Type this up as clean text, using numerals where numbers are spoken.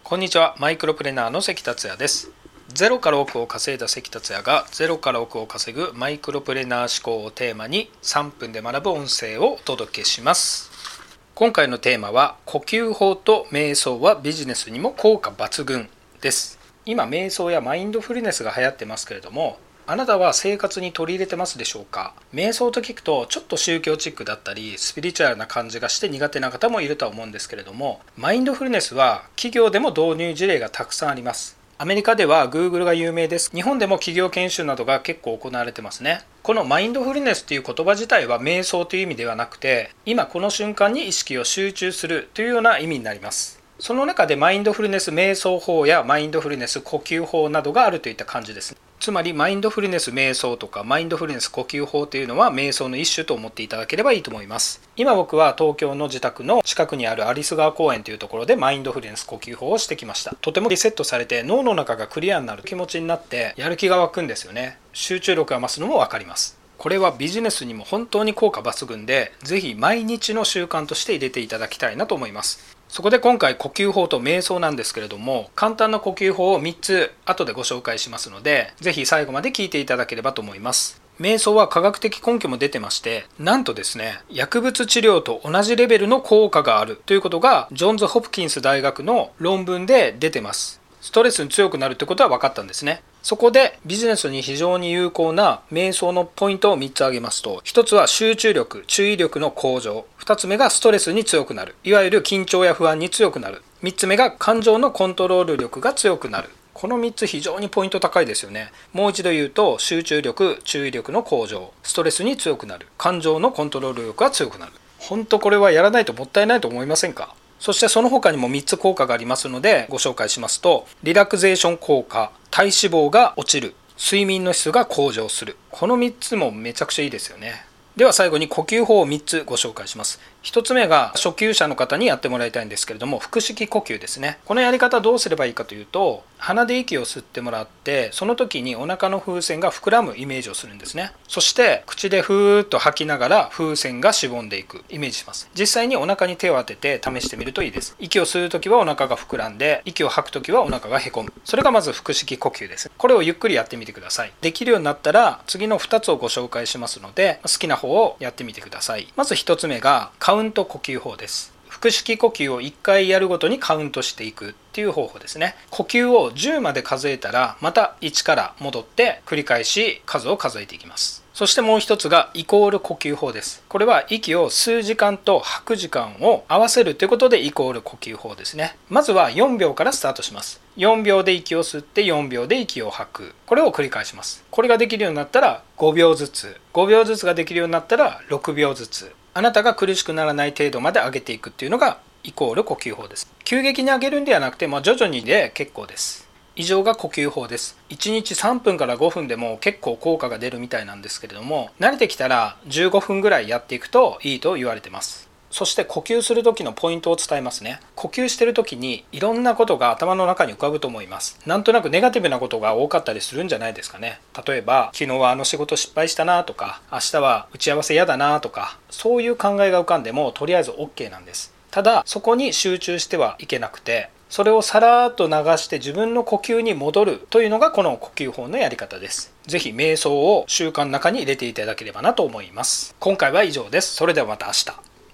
こんにちは。マイクロプレナーの関達也です。0から億を稼いだ関達也が0から億を稼ぐマイクロプレナー思考をテーマに3分で学ぶ音声をお届けします。今回のテーマは呼吸法と瞑想はビジネスにも効果抜群です。今瞑想やマインドフルネスが流行ってますけれども、あなたは生活に取り入れてますでしょうか？瞑想と聞くとちょっと宗教チックだったりスピリチュアルな感じがして苦手な方もいるとは思うんですけれども、マインドフルネスは企業でも導入事例がたくさんあります。アメリカでは Google が有名です。日本でも企業研修などが結構行われてますね。このマインドフルネスという言葉自体は瞑想という意味ではなくて、今この瞬間に意識を集中するというような意味になります。その中でマインドフルネス瞑想法やマインドフルネス呼吸法などがあるといった感じですね。つまりマインドフルネス瞑想とかマインドフルネス呼吸法というのは瞑想の一種と思っていただければいいと思います。今僕は東京の自宅の近くにある有栖川公園というところでマインドフルネス呼吸法をしてきました。とてもリセットされて脳の中がクリアになる気持ちになってやる気が湧くんですよね。集中力が増すのも分かります。これはビジネスにも本当に効果抜群で、ぜひ毎日の習慣として入れていただきたいなと思います。そこで今回呼吸法と瞑想なんですけれども、簡単な呼吸法を3つ後でご紹介しますので、ぜひ最後まで聞いていただければと思います。瞑想は科学的根拠も出てまして、なんとですね、薬物治療と同じレベルの効果があるということがジョンズ・ホプキンス大学の論文で出てます。ストレスに強くなるってことは分かったんですね。そこでビジネスに非常に有効な瞑想のポイントを3つ挙げますと、1つは集中力・注意力の向上、2つ目がストレスに強くなる、いわゆる緊張や不安に強くなる、3つ目が感情のコントロール力が強くなる。この3つ非常にポイント高いですよね。もう一度言うと、集中力・注意力の向上、ストレスに強くなる、感情のコントロール力が強くなる。本当これはやらないともったいないと思いませんか？そしてその他にも3つ効果がありますのでご紹介しますと、リラクゼーション効果、体脂肪が落ちる、睡眠の質が向上する。この3つもめちゃくちゃいいですよね。では最後に呼吸法を3つご紹介します。1つ目が初級者の方にやってもらいたいんですけれども、腹式呼吸ですね。このやり方どうすればいいかというと、鼻で息を吸ってもらって、その時にお腹の風船が膨らむイメージをするんですね。そして口でふーっと吐きながら風船がしぼんでいくイメージします。実際にお腹に手を当てて試してみるといいです。息を吸う時はお腹が膨らんで、息を吐く時はお腹がへこむ。それがまず腹式呼吸です。これをゆっくりやってみてください。できるようになったら次の2つをご紹介しますので、好きな方をやってみてください。まず1つ目がカウント呼吸法です。腹式呼吸を1回やるごとにカウントしていくっていう方法ですね。呼吸を10まで数えたらまた1から戻って繰り返し数を数えていきます。そしてもう一つがイコール呼吸法です。これは息を吸う時間と吐く時間を合わせるということでイコール呼吸法ですね。まずは4秒からスタートします。4秒で息を吸って4秒で息を吐く。これを繰り返します。これができるようになったら5秒ずつ、5秒ずつができるようになったら6秒ずつ、あなたが苦しくならない程度まで上げていくっていうのがイコール呼吸法です。急激に上げるんではなくて、徐々にで結構です。以上が呼吸法です。1日3分から5分でも結構効果が出るみたいなんですけれども、慣れてきたら15分ぐらいやっていくといいと言われてます。そして呼吸する時のポイントを伝えますね。呼吸してる時にいろんなことが頭の中に浮かぶと思います。なんとなくネガティブなことが多かったりするんじゃないですかね。例えば昨日はあの仕事失敗したなとか、明日は打ち合わせ嫌だなとか、そういう考えが浮かんでもとりあえず OK なんです。ただそこに集中してはいけなくて、それをさらーっと流して自分の呼吸に戻るというのがこの呼吸法のやり方です。ぜひ瞑想を習慣の中に入れていただければなと思います。今回は以上です。それではまた明日。